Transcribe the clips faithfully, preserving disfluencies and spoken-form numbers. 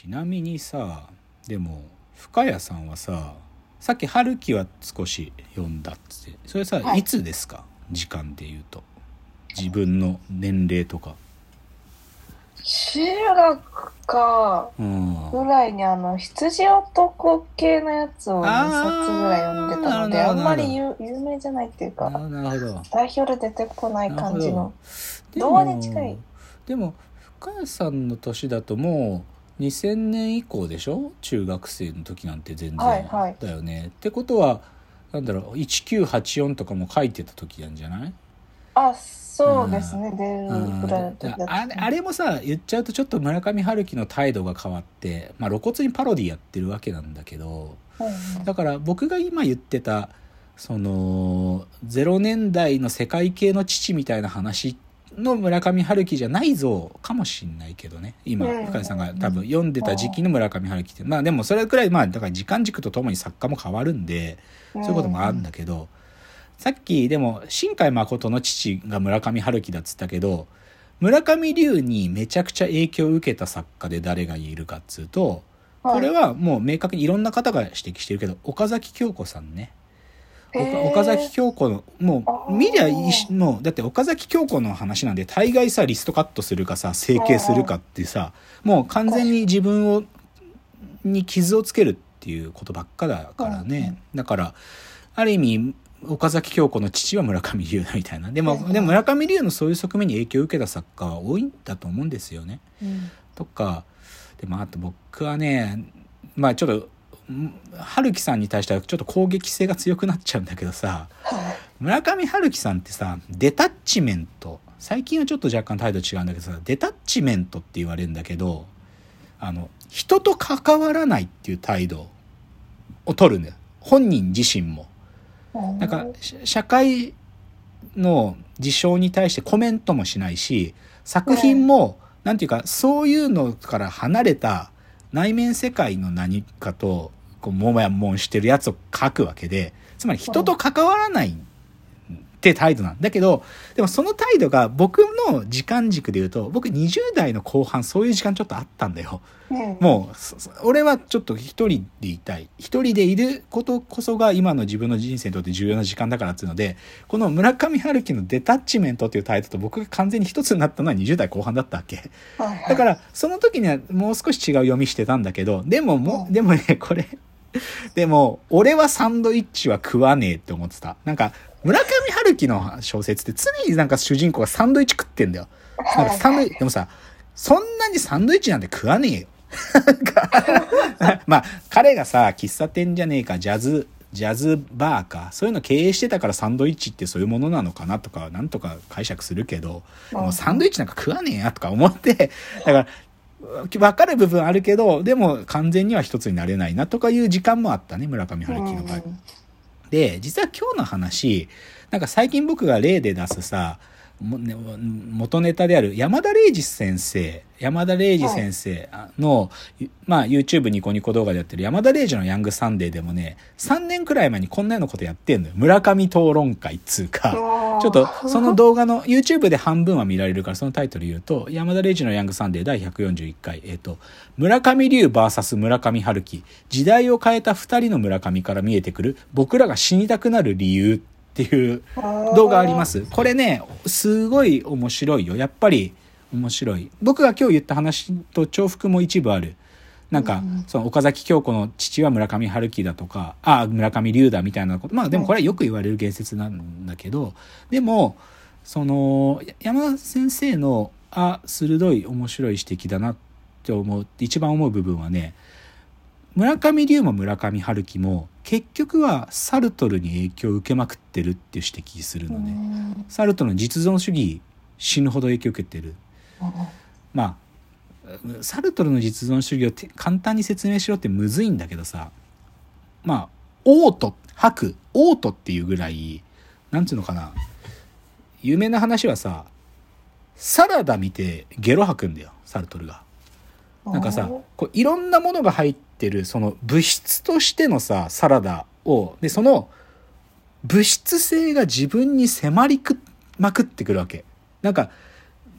ちなみにさ、でも深谷さんはさ、さっき春樹は少し読んだっつって、それさ、 はい、 いつですか？時間で言うと自分の年齢とか。 中学かぐらいにあの羊男系のやつをにさつぐらい読んでたので、 あ, あんまり 有, 有名じゃないっていうか、 なるほど、 代表で出てこない感じの童話に近い。 でも深谷さんの年だともうにせんねん以降でしょ？中学生の時なんて全然、 はいはい、 だよね。ってことはなんだろう、せんきゅうひゃくはちじゅうよんとかも書いてた時なんじゃない？ あ、そうですね、出るぐらいの時だった、ね、 あれ、あれもさ、言っちゃうとちょっと村上春樹の態度が変わって、まあ、露骨にパロディやってるわけなんだけど、うん、だから僕が今言ってたそのゼロねんだいの世界系の父みたいな話の村上春樹じゃないぞかもしんないけどね、今深谷さんが多分読んでた時期の村上春樹って、まあでもそれくらい、まあだから時間軸とともに作家も変わるんで、そういうこともあるんだけど、さっきでも新海誠の父が村上春樹だっつったけど、村上龍にめちゃくちゃ影響を受けた作家で誰がいるかっつうと、これはもう明確にいろんな方が指摘してるけど、岡崎京子さんね。岡崎京子のもう見りゃいい、もうだって岡崎京子の話なんで、大概さリストカットするかさ整形するかってさ、もう完全に自分をに傷をつけるっていうことばっかだからね。だからある意味岡崎京子の父は村上龍だみたいな。でも、でも村上龍のそういう側面に影響を受けた作家は多いんだと思うんですよね。うん、とか、でもあと僕はね、まあちょっと春樹さんに対してはちょっと攻撃性が強くなっちゃうんだけどさ、村上春樹さんってさ、デタッチメント、最近はちょっと若干態度違うんだけどさ、デタッチメントって言われるんだけど、あの人と関わらないっていう態度を取るんだよ、本人自身も。なんか社会の事象に対してコメントもしないし、作品もなんていうかそういうのから離れた内面世界の何かとこうもやもんしてるやつを書くわけで、つまり人と関わらないって態度なんだけど、でもその態度が僕の時間軸で言うと、僕にじゅう代の後半そういう時間ちょっとあったんだよ。もう俺はちょっと一人でいたい、一人でいることこそが今の自分の人生にとって重要な時間だからっていうので、この村上春樹のデタッチメントっていう態度と僕が完全に一つになったのはにじゅう代後半だったわけ。だからその時にはもう少し違う読みしてたんだけど、でももうでもねこれでも俺はサンドイッチは食わねえって思ってた。なんか村上春樹の小説って常になんか主人公がサンドイッチ食ってんだよ。なんかサンドイッチでもさ、そんなにサンドイッチなんて食わねえよ。まあ彼がさ喫茶店じゃねえか、ジャズジャズバーか、そういうの経営してたからサンドイッチってそういうものなのかなとかなんとか解釈するけど、もうサンドイッチなんか食わねえやとか思って、だから分かる部分あるけど、でも完全には一つになれないなとかいう時間もあったね、村上春樹の場合。で実は今日の話、なんか最近僕が例で出すさ元ネタである山田礼二先生山田礼二先生の、はい、まあ YouTube ニコニコ動画でやってる山田礼二のヤングサンデーでもね、さんねんくらい前にこんなようなことやってんのよ。村上討論会っつうか、ちょっとその動画の YouTube で半分は見られるからそのタイトル言うと、山田礼二のヤングサンデーだいひゃくよんじゅういっかい、えっと村上龍 ブイエス 村上春樹、時代を変えたふたりの村上から見えてくる僕らが死にたくなる理由っていう動画あります。これねすごい面白いよ。やっぱり面白い。僕が今日言った話と重複も一部ある。なんかその岡崎京子の父は村上春樹だとか、あ村上龍だみたいなこと、まあでもこれはよく言われる言説なんだけど、でもその山田先生のあ鋭い面白い指摘だなって思う一番思う部分はね、村上龍も村上春樹も結局はサルトルに影響を受けまくってるっていう指摘するのね。サルトルの実存主義死ぬほど影響を受けてる。まあサルトルの実存主義を簡単に説明しろってむずいんだけどさ、まあオート吐くオートっていうぐらいなんつうのかな、有名な話はさ、サラダ見てゲロ吐くんだよサルトルが。なんかさこういろんなものが入ってるその物質としてのさサラダを、でその物質性が自分に迫りくまくってくるわけ。なんか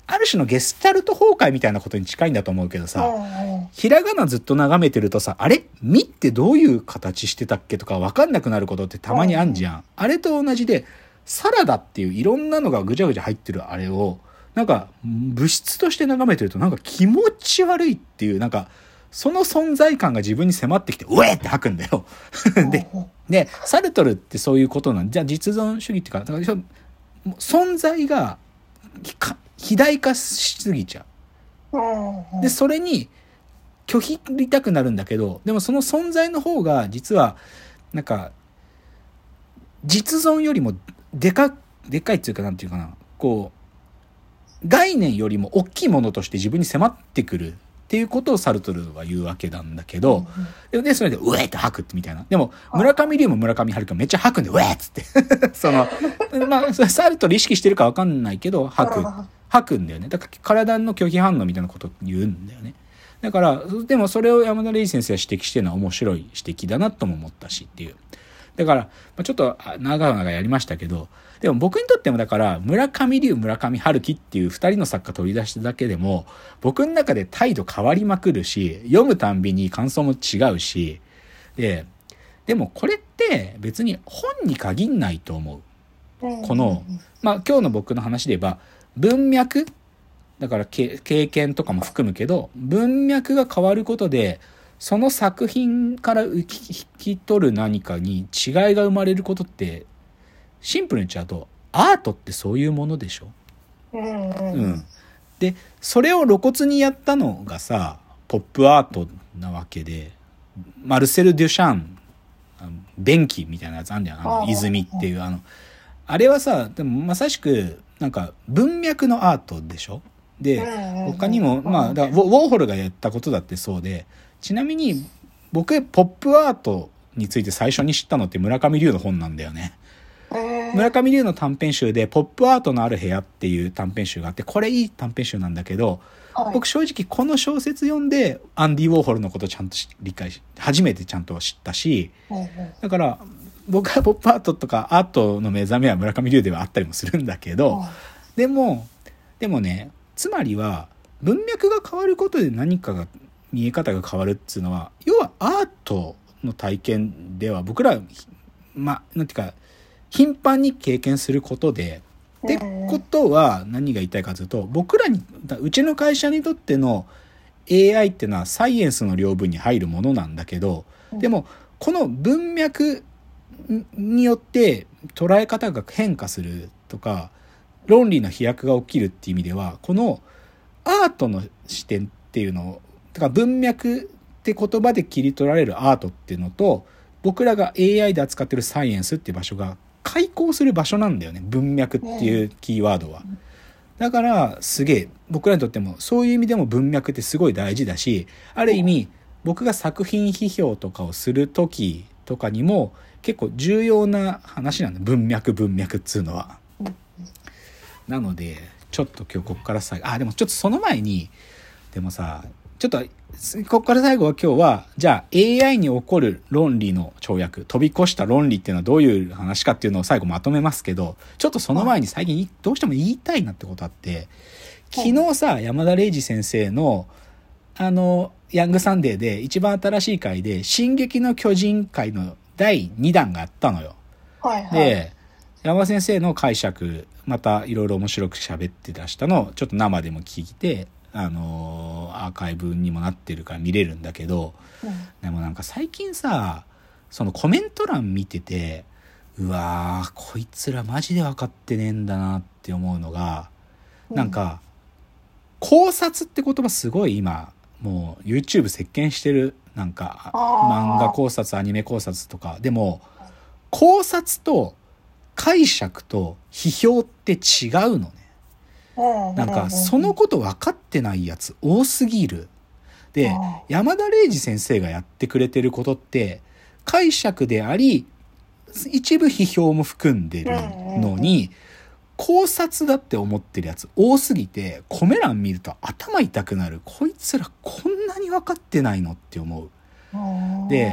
ある種のゲスタルト崩壊みたいなことに近いんだと思うけどさ、 うんうん、 ひらがなずっと眺めてるとさ、あれみってどういう形してたっけとか分かんなくなることってたまにあんじゃん。うん、あれと同じで、サラダっていういろんなのがぐちゃぐちゃ入ってるあれを、なんか物質として眺めてるとなんか気持ち悪いっていう、なんかその存在感が自分に迫ってきて、うえって吐くんだよ。で、で、サルトルってそういうことなんじゃあ実存主義っていうか、だから存在が肥大化しすぎちゃう。で、それに拒否りたくなるんだけど、でもその存在の方が実はなんか実存よりもでかでっかいっていうか、なんていうかな、こう概念よりも大きいものとして自分に迫ってくるっていうことをサルトルは言うわけなんだけど、うんうん、でそれでうえって吐くってみたいな。でも村上龍も村上春樹もめっちゃ吐くんでうえっつってそのまあサルトル意識してるか分かんないけど吐く吐くんだよね。だから体の拒否反応みたいなことを言うんだよね。だからでもそれを山田礼二先生が指摘してるのは面白い指摘だなとも思ったしっていう。だから、まあ、ちょっと長々やりましたけど、でも僕にとってもだから村上龍村上春樹っていう二人の作家取り出しただけでも僕の中で態度変わりまくるし、読むたんびに感想も違うし、ででもこれって別に本に限んないと思う。このまあ今日の僕の話で言えば文脈だから経験とかも含むけど、文脈が変わることでその作品から引き取る何かに違いが生まれることって、シンプルに言っちゃうとアートってそういうものでしょ。うんうんうん、でそれを露骨にやったのがさポップアートなわけで、マルセル・デュシャン便器みたいなやつあんだよ、あの泉っていうあのあれはさ、でもまさしくなんか文脈のアートでしょ。で他にもまあだウォーホルがやったことだってそうで、ちなみに僕ポップアートについて最初に知ったのって村上龍の本なんだよね。村上龍の短編集でポップアートのある部屋っていう短編集があって、これいい短編集なんだけど、はい、僕正直この小説読んでアンディ・ウォーホルのことちゃんと理解し初めてちゃんと知ったし、だから僕はポップアートとかアートの目覚めは村上龍ではあったりもするんだけど、でもでもね、つまりは文脈が変わることで何かが見え方が変わるっていうのは、要はアートの体験では僕らまあなんていうか頻繁に経験することで、ってことは何が言いたいかというと、僕らにうちの会社にとっての エーアイ っていうのはサイエンスの領分に入るものなんだけど、でもこの文脈によって捉え方が変化するとか論理の飛躍が起きるっていう意味では、このアートの視点っていうのを、だから文脈って言葉で切り取られるアートっていうのと、僕らが エーアイ で扱ってるサイエンスっていう場所が開口する場所なんだよね、文脈っていうキーワードは。だからすげえ僕らにとってもそういう意味でも文脈ってすごい大事だし、ある意味僕が作品批評とかをする時とかにも結構重要な話なんだ、文脈文脈っつうのは。なのでちょっと今日ここから最後、あでもちょっとその前に、でもさちょっとここから最後は今日はじゃあ エーアイ に起こる論理の跳躍、飛び越した論理っていうのはどういう話かっていうのを最後まとめますけど、ちょっとその前に最近どうしても言いたいなってことあって、昨日さ山田礼二先生のあのヤングサンデーで一番新しい回で進撃の巨人回のだいにだんがあったのよ。はいはい、で山田先生の解釈またいろいろ面白く喋って出したのをちょっと生でも聞いて、あのー、アーカイブにもなってるから見れるんだけど、うん、でもなんか最近さそのコメント欄見てて、うわーこいつらマジで分かってねえんだなって思うのが、うん、なんか考察って言葉すごい今もう YouTube 席巻してる、なんか漫画考察アニメ考察とかでも考察と解釈と批評って違うのね。なんかそのこと分かってないやつ多すぎる。で山田礼二先生がやってくれてることって解釈であり一部批評も含んでるのに、考察だって思ってるやつ多すぎてコメ欄見ると頭痛くなる。こいつらこんなに分かってないのって思う。で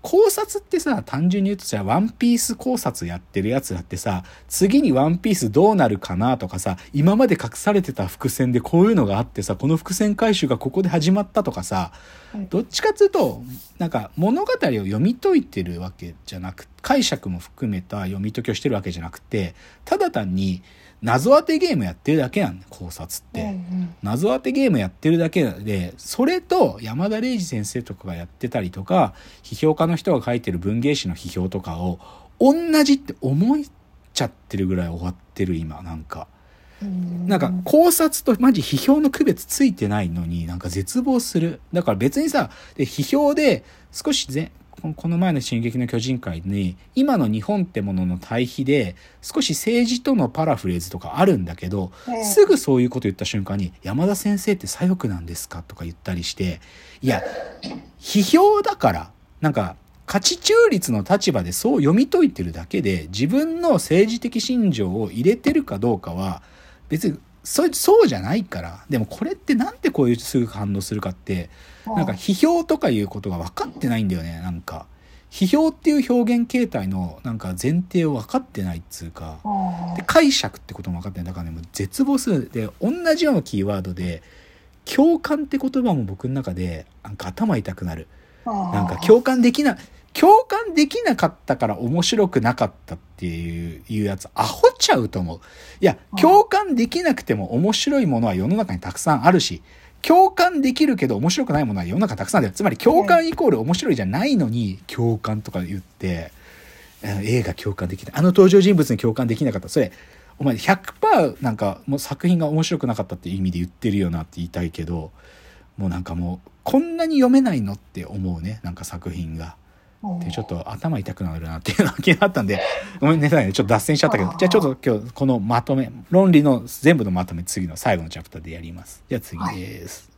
考察ってさ、単純に言うとさ、ワンピース考察やってるやつだってさ、次にワンピースどうなるかなとかさ、今まで隠されてた伏線でこういうのがあってさ、この伏線回収がここで始まったとかさ、どっちかっていうと、なんか物語を読み解いてるわけじゃなく、解釈も含めた読み解きをしてるわけじゃなくて、ただ単に謎当てゲームやってるだけなんだ、考察って、うんうん、謎当てゲームやってるだけで、それと山田礼二先生とかがやってたりとか、批評家の人が書いてる文芸誌の批評とかを同じって思いちゃってるぐらい終わってる今。なんかうんなんか考察とマジ批評の区別ついてないのになんか絶望する。だから別にさ、で批評で少しぜこの前の進撃の巨人会に今の日本ってものの対比で少し政治とのパラフレーズとかあるんだけど、うん、すぐそういうこと言った瞬間に山田先生って左翼なんですかとか言ったりして、いや批評だからなんか価値中立の立場でそう読み解いてるだけで自分の政治的信条を入れてるかどうかは別にそそうじゃないから。でもこれってなんでこういうすぐ反応するかって、なんか批評とかいうことが分かってないんだよね。なんか批評っていう表現形態のなんか前提を分かってないっつうか、で解釈ってことも分かってない。だからね、もう絶望する。で同じようなキーワードで共感って言葉も僕の中でなんか頭痛くなる。なんか共感できな共感できなかったから面白くなかったっていういうやつアホっちゃうと思う。いや共感できなくても面白いものは世の中にたくさんあるし、共感できるけど面白くないものは世の中たくさんある。つまり共感イコール面白いじゃないのに共感とか言って映画共感できない、あの登場人物に共感できなかった、それお前 ひゃくパーセント なんかもう作品が面白くなかったっていう意味で言ってるよなって言いたいけど、もうなんかもうこんなに読めないのって思うね。なんか作品がでちょっと頭痛くなるなっていうのが気になったんでごめんね、ちょっと脱線しちゃったけど、じゃあちょっと今日このまとめ論理の全部のまとめ次の最後のチャプターでやります。じゃあ次です。はい。